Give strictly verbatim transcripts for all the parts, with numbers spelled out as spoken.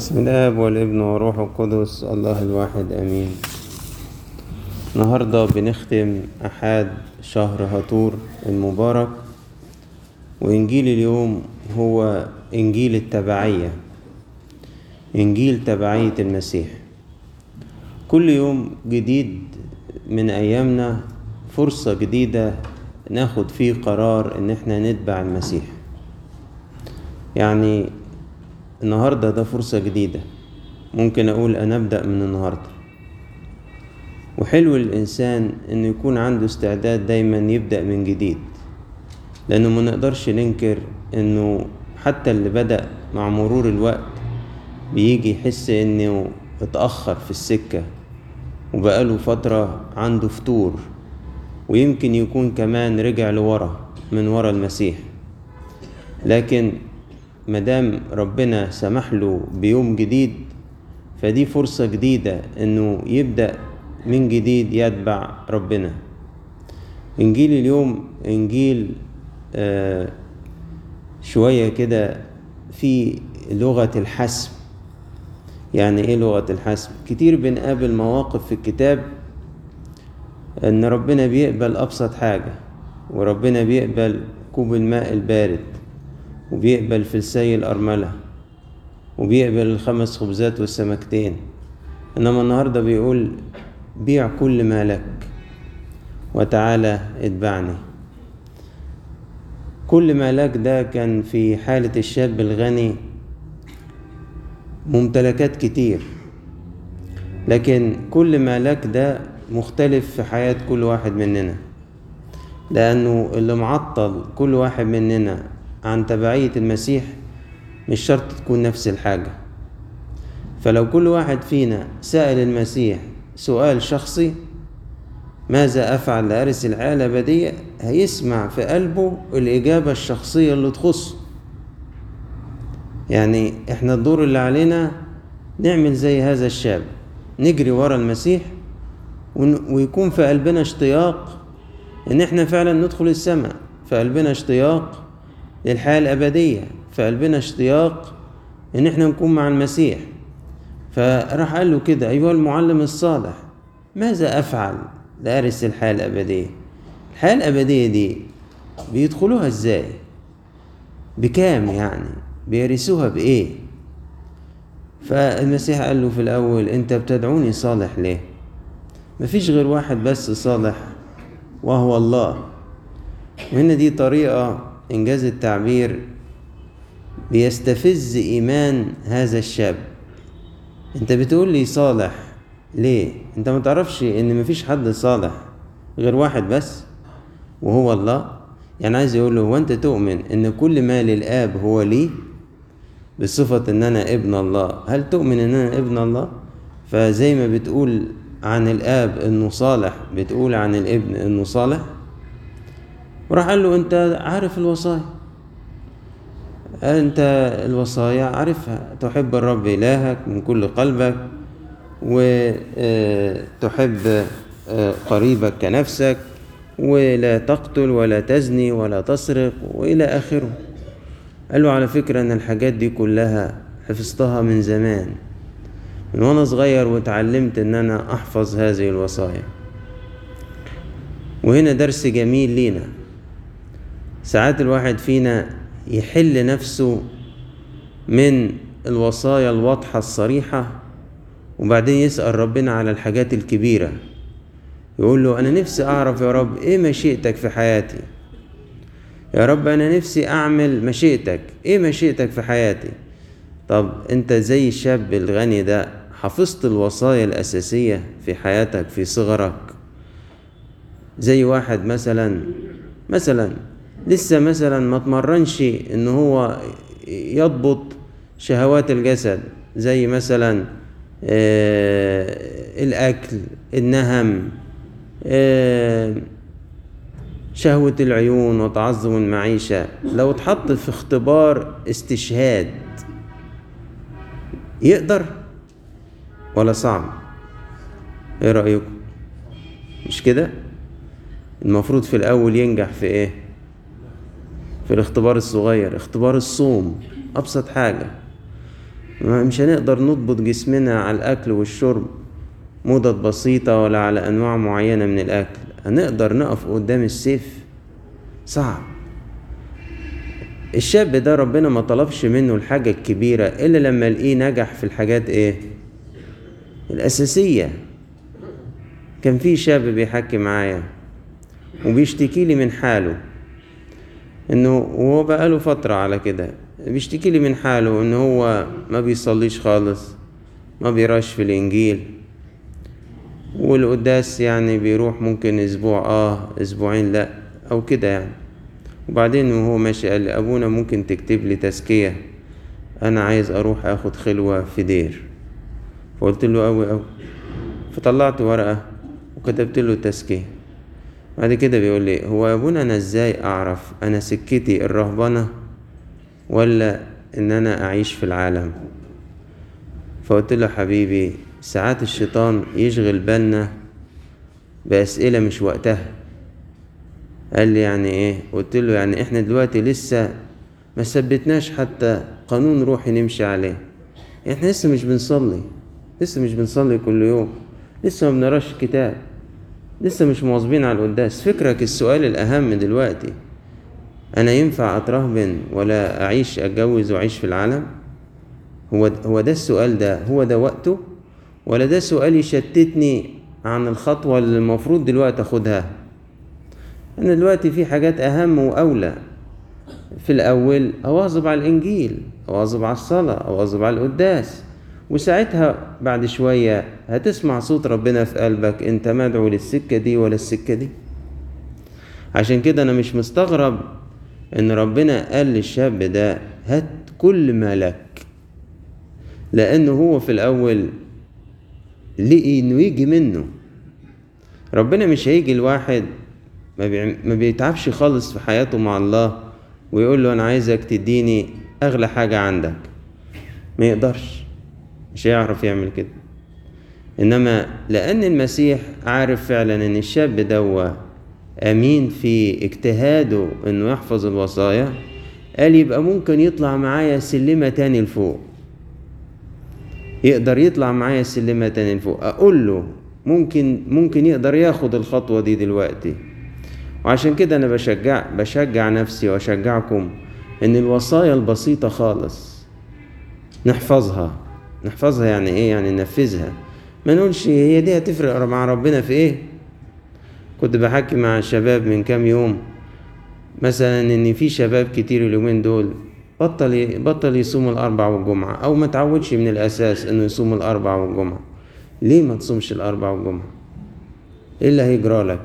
بسم الله والابن وروح القدس الله الواحد امين. النهارده بنختم احد شهر هطور المبارك، وانجيل اليوم هو انجيل التبعية، انجيل تبعية المسيح. كل يوم جديد من ايامنا فرصة جديدة ناخد فيه قرار ان احنا نتبع المسيح. يعني النهاردة ده فرصة جديدة، ممكن أقول أنا أبدأ من النهاردة. وحلو الإنسان إنه يكون عنده استعداد دايما يبدأ من جديد، لأنه ما نقدرش ننكر إنه حتى اللي بدأ مع مرور الوقت بيجي يحس إنه اتأخر في السكة وبقاله فترة عنده فتور، ويمكن يكون كمان رجع لورا من ورا المسيح. لكن مدام ربنا سمح له بيوم جديد، فدي فرصة جديدة انه يبدأ من جديد يتبع ربنا. انجيل اليوم انجيل آه شوية كده في لغة الحسم. يعني ايه لغة الحسم؟ كتير بنقابل مواقف في الكتاب ان ربنا بيقبل ابسط حاجة، وربنا بيقبل كوب الماء البارد، وبيقبل فلسي الأرملة، وبيقبل الخمس خبزات والسمكتين. إنما النهاردة بيقول بيع كل ما لك وتعالى اتبعني. كل ما لك ده كان في حالة الشاب الغني ممتلكات كتير، لكن كل ما لك ده مختلف في حياة كل واحد مننا، لأنه اللي معطل كل واحد مننا عن تبعية المسيح مش شرط تكون نفس الحاجة. فلو كل واحد فينا سأل المسيح سؤال شخصي، ماذا أفعل لأرث الحياة الأبدية، هيسمع في قلبه الإجابة الشخصية اللي تخصه. يعني احنا الدور اللي علينا نعمل زي هذا الشاب، نجري ورا المسيح، ويكون في قلبنا اشتياق ان احنا فعلا ندخل السماء، في قلبنا اشتياق للحياة الأبدية، في قلبنا اشتياق ان احنا نكون مع المسيح. فراح قال له كده: أيها المعلم الصالح، ماذا أفعل لأرث الحياة الأبدية؟ الحياة الأبدية دي بيدخلوها ازاي؟ بكام يعني؟ بيرثوها بإيه؟ فالمسيح قال له في الأول: أنت بتدعوني صالح ليه؟ مفيش غير واحد بس صالح، وهو الله. وهنا دي طريقة إنجاز التعبير بيستفز إيمان هذا الشاب. انت بتقول لي صالح ليه؟ انت ما تعرفش ان مفيش حد صالح غير واحد بس، وهو الله. يعني عايز يقول له: وانت تؤمن ان كل ما للآب هو لي بصفة ان انا ابن الله؟ هل تؤمن ان انا ابن الله؟ فزي ما بتقول عن الآب انه صالح، بتقول عن الابن انه صالح. وراح قال له: انت عارف الوصايا، أنت الوصايا عارفها، تحب الرب إلهك من كل قلبك، وتحب قريبك كنفسك، ولا تقتل ولا تزني ولا تسرق، وإلى آخره. قال له: على فكرة أن الحاجات دي كلها حفظتها من زمان، من وأنا صغير، وتعلمت أن أنا أحفظ هذه الوصايا. وهنا درس جميل لينا. ساعات الواحد فينا يحل نفسه من الوصايا الواضحة الصريحة، وبعدين يسأل ربنا على الحاجات الكبيرة، يقول له: أنا نفسي أعرف يا رب إيه مشيئتك في حياتي. يا رب أنا نفسي أعمل مشيئتك، إيه مشيئتك في حياتي؟ طب أنت زي الشاب الغني ده حفظت الوصايا الأساسية في حياتك في صغرك؟ زي واحد مثلا مثلا لسه مثلا ما تمرنش ان هو يضبط شهوات الجسد، زي مثلا آه الاكل، النهم، آه شهوة العيون، وتعظم المعيشة. لو اتحط في اختبار استشهاد، يقدر ولا صعب؟ ايه رأيكم؟ مش كده؟ المفروض في الاول ينجح في ايه؟ في الاختبار الصغير، اختبار الصوم، أبسط حاجة. مش هنقدر نضبط جسمنا على الأكل والشرب مدة بسيطة ولا على أنواع معينة من الأكل. هنقدر نقف قدام السيف؟ صعب. الشاب ده ربنا ما طلبش منه الحاجة الكبيرة إلا لما لقيه نجح في الحاجات إيه الأساسية. كان في شاب بيحكي معايا وبيشتكي لي من حاله، إنه وهو بقاله فترة على كده بيشتكي لي من حاله إنه هو ما بيصليش خالص، ما بيراش في الإنجيل، والقداس يعني بيروح ممكن أسبوع آه أسبوعين لأ أو كده يعني. وبعدين وهو ماشي قال لي أبونا ممكن تكتب لي تزكية، أنا عايز أروح أخد خلوة في دير. فقلت له أوي أوي، فطلعت ورقة وكتبت له تزكية. بعد كده بيقول لي هو يا ابونا أنا إزاي أعرف أنا سكتي الرهبنة ولا إن أنا أعيش في العالم؟ فقلت له حبيبي ساعات الشيطان يشغل بالنا بأسئلة مش وقتها. قال لي يعني ايه؟ قلت له يعني احنا دلوقتي لسه ما ثبتناش حتى قانون روحي نمشي عليه. احنا لسه مش بنصلي، لسه مش بنصلي كل يوم، لسه ما بنقراش كتاب، لسه مش مواظبين على القداس. فكرك السؤال الأهم دلوقتي أنا ينفع أترهبن ولا أعيش أتجوز وأعيش في العالم؟ هو هو ده السؤال؟ ده هو ده وقته؟ ولا ده سؤال يشتتني عن الخطوة اللي المفروض دلوقتي أخدها؟ أنا دلوقتي في حاجات أهم وأولى. في الأول أواظب على الإنجيل، أواظب على الصلاة، أواظب على القداس، وساعتها بعد شوية هتسمع صوت ربنا في قلبك أنت مدعو للسكة دي ولا السكة دي. عشان كده أنا مش مستغرب إن ربنا قال للشاب ده هات كل ما لك، لأنه هو في الأول لقي إنه يجي منه. ربنا مش هيجي الواحد ما بيتعبش خالص في حياته مع الله ويقول له أنا عايزك تديني أغلى حاجة عندك. ما يقدرش، مش هيعرف يعمل كده. إنما لأن المسيح عارف فعلا إن الشاب ده أمين في اجتهاده إنه يحفظ الوصايا، قال يبقى ممكن يطلع معايا سلمة تاني لفوق، يقدر يطلع معايا سلمة تاني لفوق. أقول له ممكن ممكن يقدر ياخد الخطوة دي دلوقتي. وعشان كده أنا بشجع بشجع نفسي وأشجعكم إن الوصايا البسيطة خالص نحفظها. نحفظها يعني إيه؟ يعني ننفذها. ما نقولش هي دي هتفرق مع ربنا في إيه. كنت بحكي مع الشباب من كام يوم مثلا إن في شباب كتير اليومين دول بطل بطل يصوم الأربع والجمعة، أو ما تعودش من الأساس إنه يصوم الأربع والجمعة. ليه ما تصومش الأربع والجمعة؟ إيه اللي هيجرى لك؟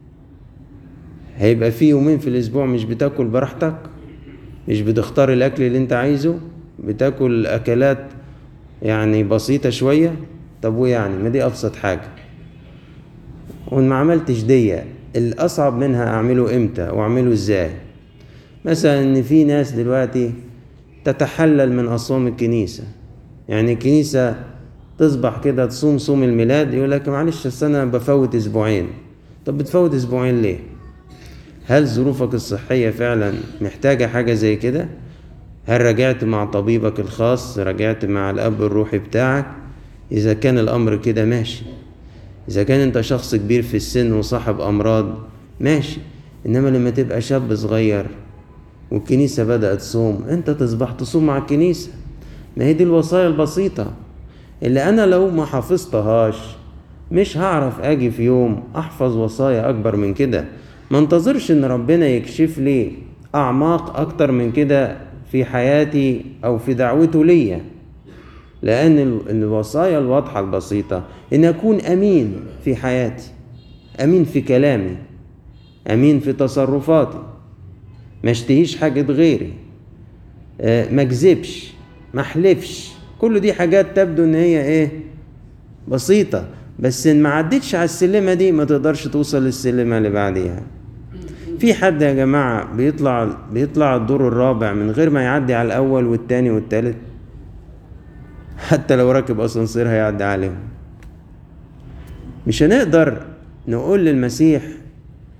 هيبقى في يومين في الأسبوع مش بتاكل براحتك، مش بتختار الأكل اللي أنت عايزه، بتاكل أكلات يعني بسيطة شوية. طب ويعني ما دي أبسط حاجة، وإن ما عملتش دي الأصعب منها أعمله إمتى وأعمله إزاي؟ مثلا إن في ناس دلوقتي تتحلل من أصوام الكنيسة. يعني الكنيسة تصبح كده تصوم صوم الميلاد يقول لك معلش السنة بفوت أسبوعين. طب بتفوت أسبوعين ليه؟ هل ظروفك الصحية فعلا محتاجة حاجة زي كده؟ هل رجعت مع طبيبك الخاص؟ رجعت مع الأب الروحي بتاعك؟ إذا كان الأمر كده ماشي. إذا كان أنت شخص كبير في السن وصاحب أمراض ماشي. إنما لما تبقى شاب صغير والكنيسة بدأت تصوم أنت تصبح تصوم مع الكنيسة. ما هي دي الوصايا البسيطة اللي أنا لو ما حفظتهاش مش هعرف أجي في يوم أحفظ وصايا أكبر من كده. ما انتظرش إن ربنا يكشف لي أعماق أكتر من كده في حياتي أو في دعوته ليا، لأن الوصايا الواضحة البسيطة إن أكون أمين في حياتي، أمين في كلامي، أمين في تصرفاتي، ما اشتهيش حاجة غيري، ما اكذبش، ما احلفش. كل دي حاجات تبدو ان هي ايه بسيطة، بس ان ما عدتش على السلمة دي ما تقدرش توصل للسلمة اللي بعديها. في حد يا جماعة بيطلع بيطلع الدور الرابع من غير ما يعدي على الاول والتاني والتالت؟ حتى لو راكب اسانسير هيعدي عليهم. مش هنقدر نقول للمسيح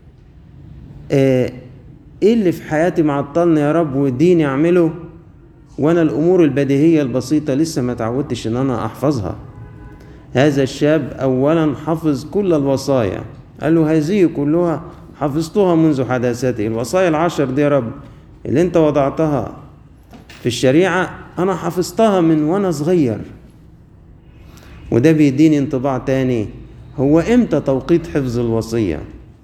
ايه اللي في حياتي معطلني يا رب واديني اعمله وانا الامور البديهية البسيطة لسه ما تعودتش ان انا احفظها. هذا الشاب اولا حفظ كل الوصايا، قال له هذه كلها حفظتها منذ حداثتي. الوصايا العشر دي يا رب اللي انت وضعتها في الشريعة انا حفظتها من وانا صغير. وده بيديني انطباع تاني، هو امتى توقيت حفظ الوصية؟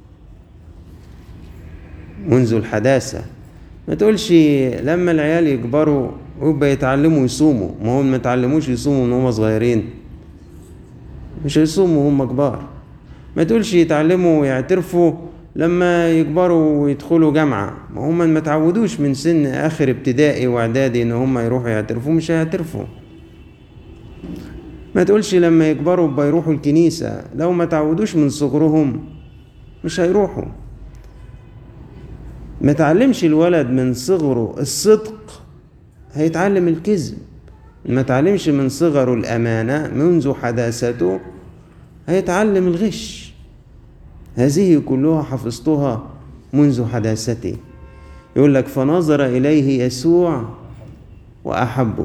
منذ الحداثة. ما تقولش لما العيال يكبروا ويبقى يتعلموا يصوموا، ما هم ما يتعلموش يصوموا من هم صغيرين مش هيصوموا هم كبار. ما تقولش يتعلموا يعترفوا لما يكبروا ويدخلوا جامعة، ما هم ما تعودوش من سن آخر ابتدائي واعدادي ان هم يروحوا يعترفوا، مش هيعترفوا. ما تقولش لما يكبروا بقى يروحوا الكنيسة، لو ما تعودوش من صغرهم مش هيروحوا. ما تعلمش الولد من صغره الصدق هيتعلم الكذب. ما تعلمش من صغره الأمانة منذ حداثته هيتعلم الغش. هذه كلها حفظتها منذ حداثتي. يقول لك فنظر إليه يسوع وأحبه.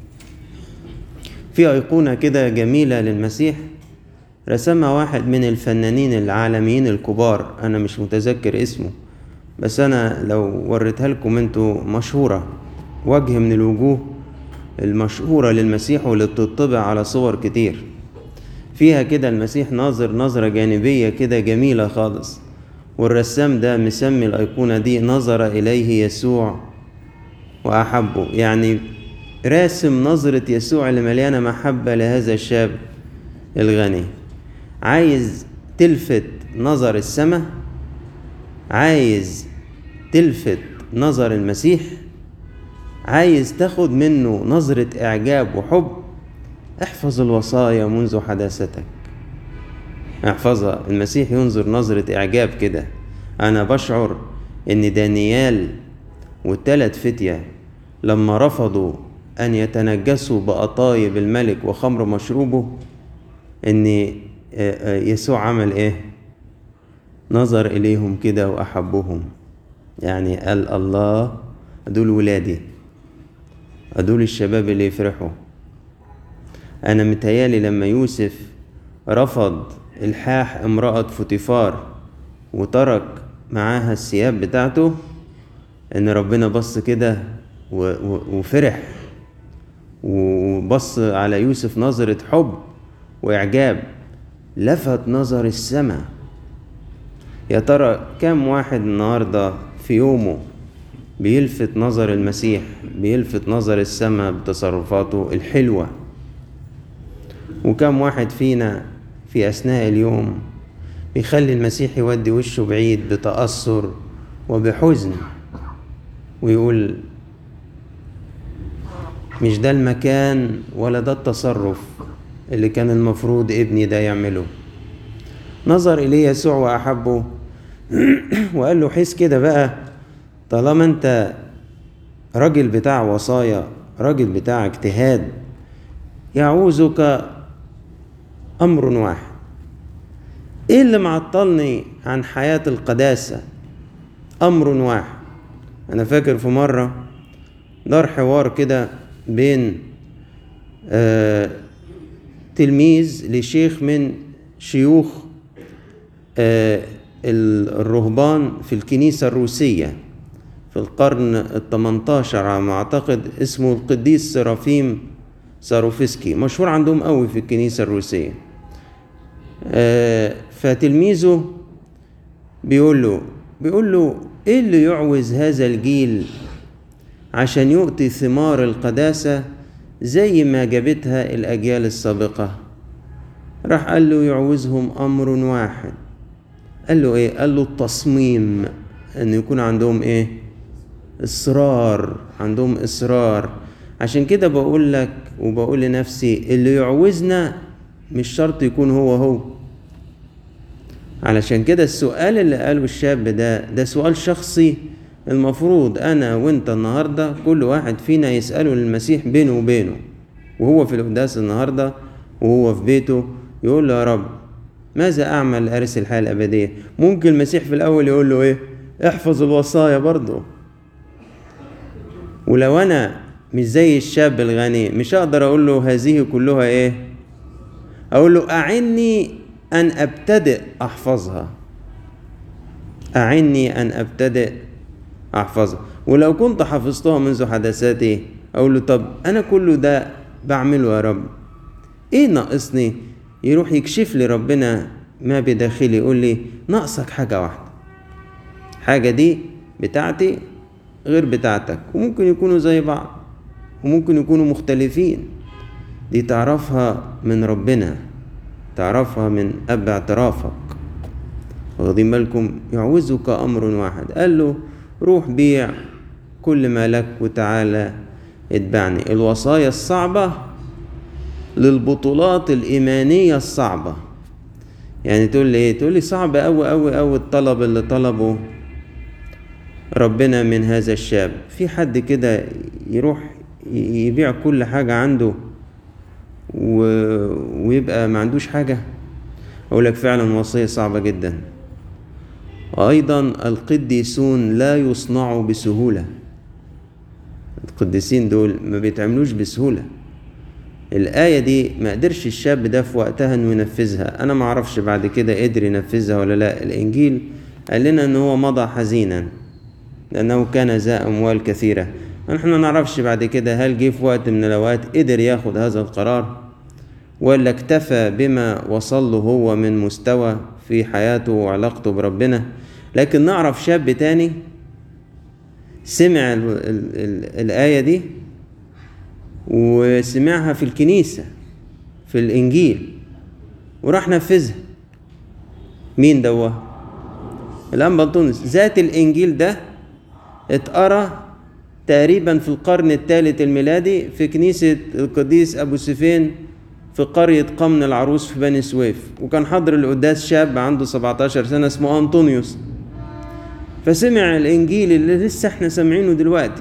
في أيقونة كده جميلة للمسيح رسمها واحد من الفنانين العالميين الكبار، أنا مش متذكر اسمه، بس أنا لو وريتها لكم انتوا مشهورة، وجه من الوجوه المشهورة للمسيح واللي بتطبع على صور كتير. فيها كده المسيح ناظر نظرة جانبية كده جميلة خالص، والرسام ده مسمي الأيقونة دي نظر إليه يسوع وأحبه، يعني راسم نظرة يسوع اللي مليانة محبة لهذا الشاب الغني. عايز تلفت نظر السماء، عايز تلفت نظر المسيح، عايز تاخد منه نظرة إعجاب وحب، احفظ الوصايا منذ حداثتك. احفظها. المسيح ينظر نظرة إعجاب كده. أنا بشعر إن دانيال والثلاث فتية لما رفضوا أن يتنجسوا بأطايب الملك وخمر مشروبه، إن يسوع عمل إيه؟ نظر إليهم كده وأحبهم. يعني قال الله أدول ولادي، أدول الشباب اللي يفرحوا. أنا متهيالي لما يوسف رفض الحاح امرأة فوتيفار وترك معاها الثياب بتاعته، إن ربنا بص كده وفرح وبص على يوسف نظرة حب وإعجاب، لفت نظر السماء. يا ترى كم واحد النهاردة في يومه بيلفت نظر المسيح، بيلفت نظر السماء بتصرفاته الحلوة؟ وكم واحد فينا في أثناء اليوم بيخلي المسيح يودي وشه بعيد بتأثر وبحزن، ويقول مش ده المكان ولا ده التصرف اللي كان المفروض ابني ده يعمله. نظر إليه يسوع وأحبه وقال له حس كده بقى، طالما انت راجل بتاع وصايا، راجل بتاع اجتهاد، يعوزك أمر واحد. ايه اللي معطلني عن حياة القداسة؟ أمر واحد. أنا فاكر في مرة دار حوار كده بين آه تلميذ لشيخ من شيوخ آه الرهبان في الكنيسة الروسية في القرن الثمنتاشر على ما أعتقد، اسمه القديس سرافيم ساروفسكي، مشهور عندهم قوي في الكنيسة الروسية. آه فتلميذه بيقول له بيقول له ايه اللي يعوز هذا الجيل عشان يؤتي ثمار القداسة زي ما جابتها الأجيال السابقة؟ راح قال له يعوزهم أمر واحد. قال له ايه؟ قال له التصميم، ان يكون عندهم ايه؟ اصرار، عندهم اصرار. عشان كده بقول لك وبقول لنفسي اللي يعوزنا مش شرط يكون هو هو. علشان كده السؤال اللي قاله الشاب ده ده سؤال شخصي، المفروض انا وانت النهاردة كل واحد فينا يسأله للمسيح بينه وبينه، وهو في القداس النهاردة وهو في بيته، يقول له يا رب ماذا أعمل لأرث الحياة الأبدية؟ ممكن المسيح في الأول يقول له إيه؟ احفظ الوصايا برضه. ولو أنا مش زي الشاب الغني، مش هقدر اقول له هذه كلها ايه، اقول له اعني ان ابتدئ احفظها، اعني ان ابتدئ احفظها. ولو كنت حفظتها منذ حدثاتي اقول له طب انا كله ده بعمله يا رب، ايه ناقصني؟ يروح يكشف لي ربنا ما بداخلي، يقول لي ناقصك حاجة واحدة، حاجة دي بتاعتي غير بتاعتك، وممكن يكونوا زي بعض وممكن يكونوا مختلفين، دي تعرفها من ربنا، تعرفها من أب اعترافك. واخدين بالكم؟ يعوزك أمر واحد، قال له روح بيع كل ما لك وتعالى اتبعني. الوصايا الصعبة للبطولات الإيمانية الصعبة. يعني تقول لي ايه؟ تقول لي صعب أوي أوي أوي الطلب اللي طلبه ربنا من هذا الشاب. في حد كده يروح يبيع كل حاجة عنده و... ويبقى ما عندوش حاجة؟ أقول لك فعلا وصية صعبة جدا. وأيضا القديسون لا يصنعوا بسهولة، القديسين دول ما بيتعملوش بسهولة. الآية دي ما قدرش الشاب ده في وقتها انه ينفذها، انا ما اعرفش بعد كده قدر ينفذها ولا لا. الانجيل قال لنا ان هو مضى حزينا لانه كان ذا اموال كثيرة. نحن ما نعرفش بعد كده هل جه في وقت من الاوقات قدر ياخد هذا القرار، ولا اكتفى بما وصل له هو من مستوى في حياته وعلاقته بربنا. لكن نعرف شاب تاني سمع ال ال ال الآية دي وسمعها في الكنيسة في الإنجيل وراح نفذها. مين دوا؟ الأنبا أنطونيوس. ذات الإنجيل ده اتقرأ تقريبا في القرن الثالث الميلادي في كنيسة القديس أبو سفين في قرية قمن العروس في بني سويف، وكان حضر القداس شاب عنده سبعتاشر سنة اسمه أنطونيوس، فسمع الإنجيل اللي لسه احنا سامعينه دلوقتي،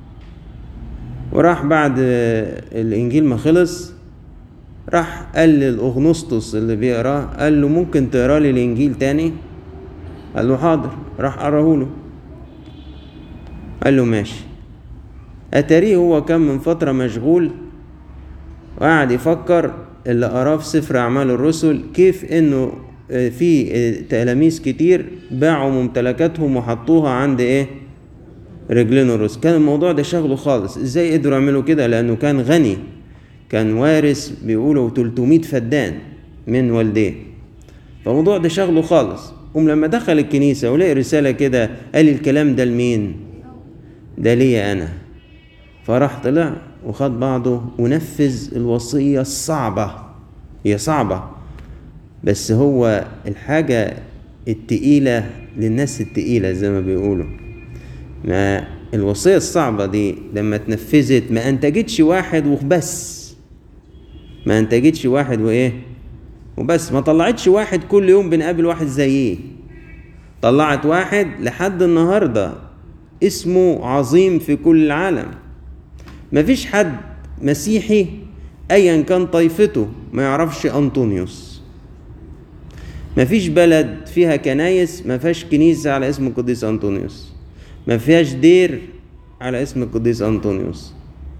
وراح بعد الإنجيل ما خلص راح قال للأغنسطس اللي بيقراه، قال له ممكن تقرأ لي الإنجيل تاني؟ قال له حاضر. راح قراه له، قال له ماشي. أتاريه هو كان من فترة مشغول وقعد يفكر اللي قراه في سفر أعمال الرسل كيف إنه في تلاميذ كتير باعوا ممتلكاتهم وحطوها عند إيه؟ رجلين الرسل. كان الموضوع ده شغله خالص، إزاي قدروا يعملوا كده؟ لأنه كان غني، كان وارث بيقولوا ثلاثمائة فدان من والديه، فالموضوع ده شغله خالص. قوم لما دخل الكنيسة ولقي رسالة كده، قال الكلام ده لمين؟ ده ليا أنا. فراح طلع وخد بعضه ونفذ الوصية الصعبة. هي صعبة بس هو الحاجة التقيلة للناس التقيلة زي ما بيقولوا. ما الوصية الصعبة دي لما تنفذت ما انتجتش واحد وبس، ما انتجتش واحد وايه وبس، ما طلعتش واحد كل يوم بنقابل واحد زيه، طلعت واحد لحد النهاردة اسمه عظيم في كل العالم. مفيش حد مسيحي ايا كان طائفته ما يعرفش أنطونيوس. مفيش بلد فيها كنايس ما فيهاش كنيسة على اسم القديس أنطونيوس، ما فيهاش دير على اسم القديس أنطونيوس.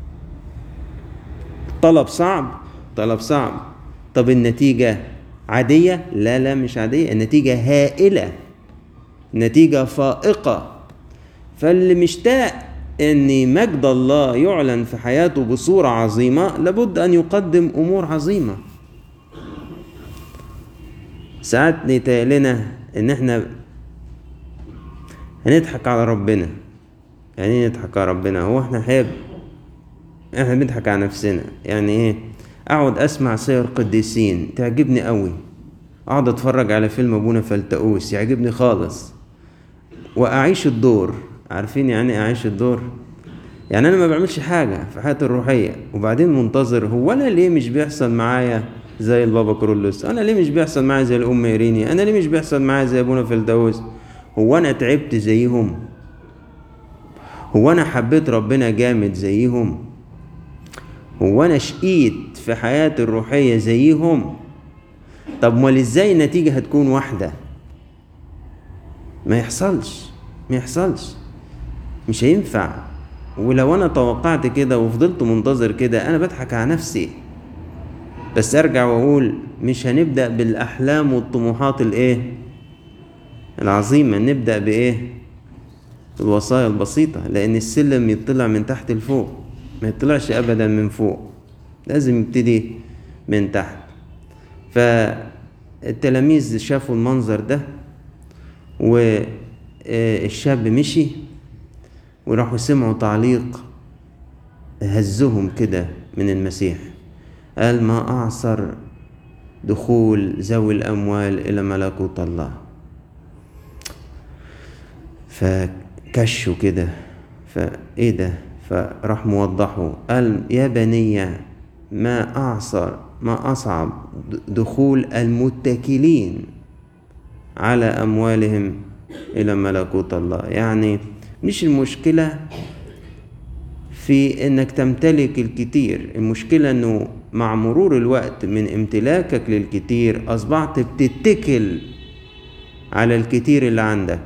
طلب صعب، طلب صعب. طب النتيجة عادية؟ لا لا مش عادية، النتيجة هائلة، نتيجة فائقة. فاللي مشتاق ان مجد الله يعلن في حياته بصورة عظيمة لابد ان يقدم امور عظيمة. ساعات نتقلنا ان احنا هنضحك على ربنا. يعني ايه نضحك على ربنا؟ هو احنا حيب احنا بنضحك على نفسنا. يعني ايه؟ اقعد اسمع سير قديسين تعجبني قوي، اقعد اتفرج على فيلم ابونا فلتقوس يعجبني خالص، واعيش الدور. عارفين يعني اعيش الدور؟ يعني انا ما بعملش حاجة في حياتي الروحية وبعدين منتظر هو انا ليه مش بيحصل معايا زي البابا كرولوس؟ انا ليه مش بيحصل معايا زي الام إيريني؟ انا ليه مش بيحصل معايا زي ابونا فلتقوس؟ هو انا تعبت زيهم؟ هو انا حبيت ربنا جامد زيهم؟ هو انا شقيت في حياتي الروحية زيهم؟ طب مال ازاي النتيجة هتكون واحدة؟ ما يحصلش، ما يحصلش، مش هينفع. ولو انا توقعت كده وفضلت منتظر كده انا بضحك على نفسي. بس ارجع واقول مش هنبدأ بالاحلام والطموحات الايه العظيمة، نبدأ بايه الوصايا البسيطة، لان السلم يطلع من تحت لفوق، ما يطلعش ابدا من فوق، لازم يبتدي من تحت. فالتلاميذ شافوا المنظر ده والشاب مشي، وراحوا سمعوا تعليق هزهم كده من المسيح، قال ما أعصر دخول ذوي الأموال إلى ملكوت الله. فكشوا كده، فإيه ده؟ فراح موضحوا، قال يا بني ما أعصر ما أصعب دخول المتكلين على أموالهم إلى ملكوت الله. يعني مش المشكلة في إنك تمتلك الكتير، المشكلة إنه مع مرور الوقت من امتلاكك للكتير أصبحت بتتكل على الكتير اللي عندك.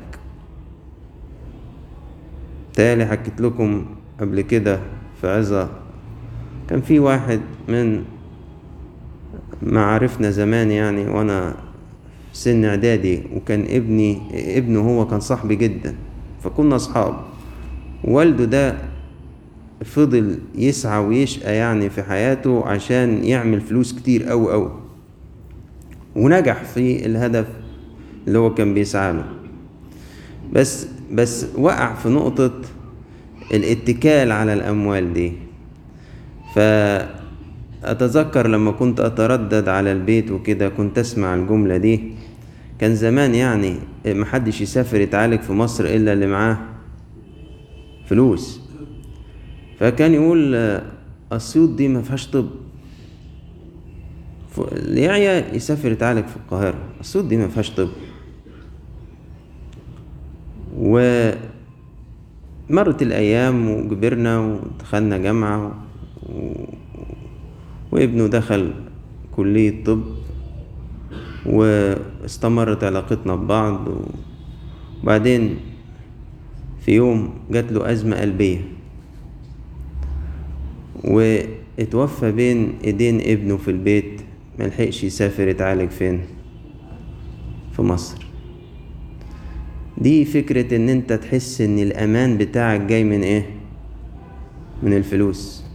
تالي حكيت لكم قبل كده في عظة، كان في واحد من معارفنا زمان يعني وانا في سن اعدادي، وكان ابني ابنه هو كان صاحبي جدا، فكنا اصحاب. والده ده فضل يسعى ويشقى يعني في حياته عشان يعمل فلوس كتير أوي أوي، ونجح في الهدف اللي هو كان بيسعى له. بس بس وقع في نقطة الاتكال على الأموال دي. فأتذكر لما كنت أتردد على البيت وكده كنت أسمع الجملة دي. كان زمان يعني محدش يسافر يتعالج في مصر إلا اللي معاه فلوس، فكان يقول أسيوط دي ما فيهاش طب، اللي يسافر يتعالج في القاهرة، أسيوط دي ما فيهاش طب. ومرت الأيام وكبرنا ودخلنا جامعة و... وابنه دخل كلية طب، واستمرت علاقتنا ببعض. وبعدين في يوم جات له أزمة قلبية واتوفى بين ايدين ابنه في البيت، ملحقش يسافر يتعالج فين؟ في مصر. دي فكرة ان انت تحس ان الامان بتاعك جاي من ايه؟ من الفلوس.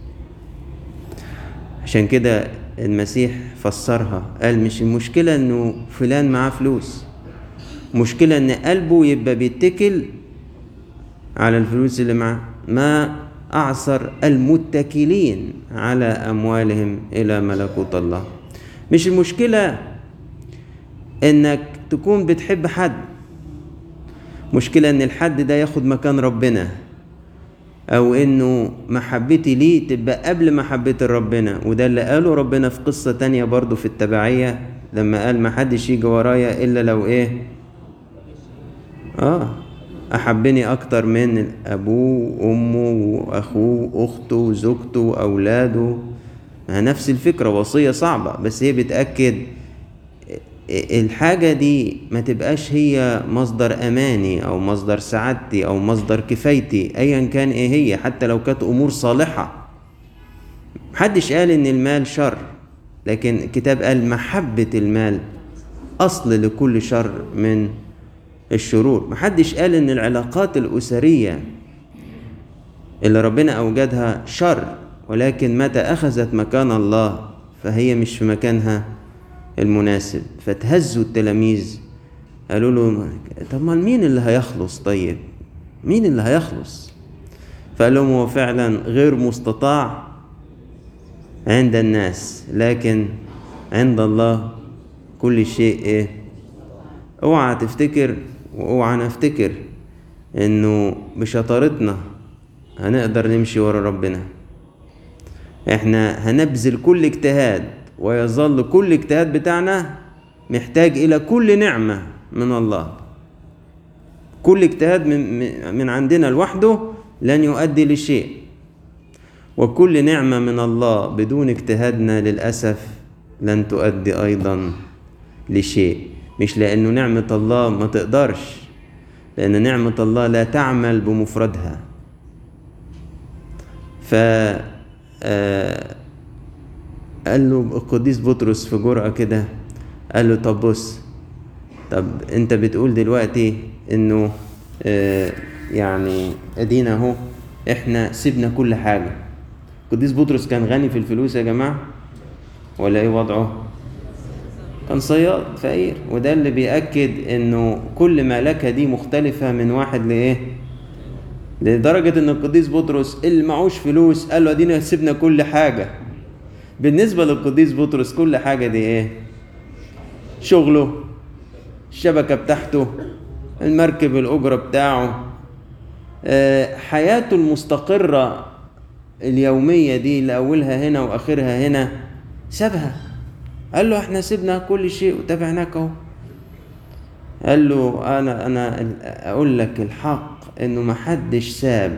عشان كده المسيح فسرها، قال مش المشكلة انه فلان معاه فلوس، مشكلة ان قلبه يبقى بيتكل على الفلوس اللي معاه. ما أعصر المتكلين على أموالهم إلى ملكوت الله. مش المشكلة إنك تكون بتحب حد، مشكلة إن الحد ده ياخد مكان ربنا، أو إنه محبتي ليه تبقى قبل محبة ربنا. وده اللي قاله ربنا في قصة تانية برضو في التبعية، لما قال ما حدش يجي ورايا إلا لو إيه آه أحبني أكتر من أبوه وأمه وأخوه وأخته وزوجته وأولاده. نفس الفكرة، وصية صعبة بس هي بتأكد الحاجة دي ما تبقاش هي مصدر أماني أو مصدر سعادتي أو مصدر كفايتي أيا كان إيه هي، حتى لو كانت أمور صالحة. محدش قال إن المال شر، لكن الكتاب قال محبة المال أصل لكل شر من الشرور. محدش قال ان العلاقات الأسرية اللي ربنا أوجدها شر، ولكن متى أخذت مكان الله فهي مش في مكانها المناسب. فتهزوا التلاميذ، قالوا له طب ما مين اللي هيخلص؟ طيب مين اللي هيخلص؟ فقال لهم هو فعلا غير مستطاع عند الناس، لكن عند الله كل شيء ايه. اوعى تفتكر واوعى نفتكر انه بشطارتنا هنقدر نمشي ورا ربنا. احنا هنبذل كل اجتهاد، ويظل كل اجتهاد بتاعنا محتاج الى كل نعمة من الله. كل اجتهاد من, من عندنا لوحده لن يؤدي لشيء، وكل نعمة من الله بدون اجتهادنا للأسف لن تؤدي ايضا لشيء. مش لأنه نعمة الله ما تقدرش، لأن نعمة الله لا تعمل بمفردها، ف آه قال له القديس بطرس في جرأة كده، قال له طب بص، طب انت بتقول دلوقتي انه آه يعني ادينا اهو احنا سيبنا كل حاجة. القديس بطرس كان غني في الفلوس يا جماعة ولا ايه وضعه؟ كان صياد فقير. وده اللي بيأكد انه كل ملكة دي مختلفة من واحد لايه، لدرجة ان القديس بطرس اللي معوش فلوس قال له ادينا سيبنا كل حاجة. بالنسبة للقديس بطرس كل حاجة دي ايه؟ شغله، الشبكة بتاعته، المركب الأجرة بتاعه، أه حياته المستقرة اليومية دي اللي أولها هنا وآخرها هنا سابها. قال له احنا سيبنا كل شيء وتابعناك اهو. قال له انا انا اقول لك الحق انه محدش ساب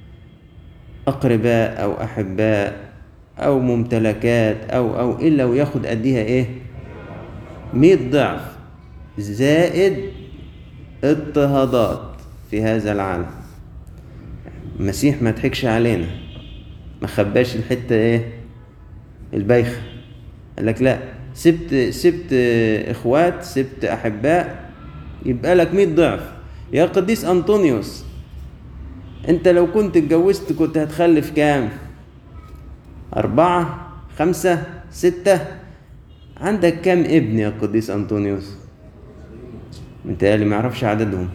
اقرباء او احباء او ممتلكات او او الا وياخد قديها ايه؟ مئة ضعف زائد اضطهادات في هذا العالم. المسيح ما ضحكش علينا، ما خباش الحته ايه البايخه. قال لك لا، سبت سبت اخوات، سبت احباء، يبقى لك مئة ضعف. يا قديس انطونيوس، انت لو كنت اتجوزت كنت هتخلف كام؟ اربعة، خمسة، ستة؟ عندك كام ابن يا قديس انطونيوس؟ متهيألي ما يعرفش عددهم.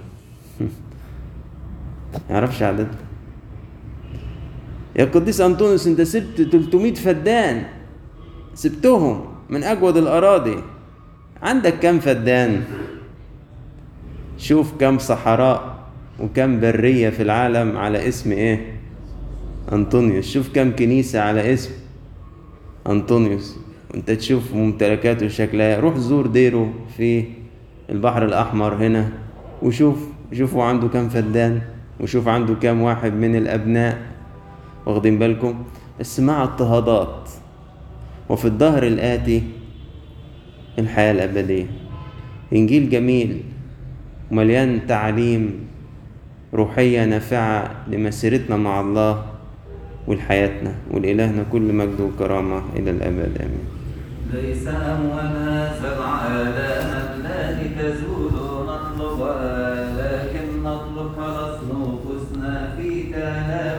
ما يعرفش عددهم. يا قديس انطونيوس انت سبت ثلاثمئة فدان، سبتهم من اجود الاراضي. عندك كام فدان؟ شوف كم صحراء وكم برية في العالم على اسم ايه؟ انطونيوس. شوف كم كنيسة على اسم انطونيوس. وانت تشوف ممتلكاته شكلها. روح زور ديره في البحر الاحمر هنا وشوف شوفوا عنده كم فدان، وشوف عنده كم واحد من الابناء. واخدين بالكم؟ بس مع اضطهادات. وفي الظهر الآتي الحياة الأبدية. إنجيل جميل ومليان تعليم روحية نافعة لمسيرتنا مع الله ولحياتنا. ولإلهنا كل مجد وكرامة إلى الأبد آمين. ليس أموالنا سبع آلاف التي تزول نطلبها، لكن نطلب خلاص نفوسنا فيك.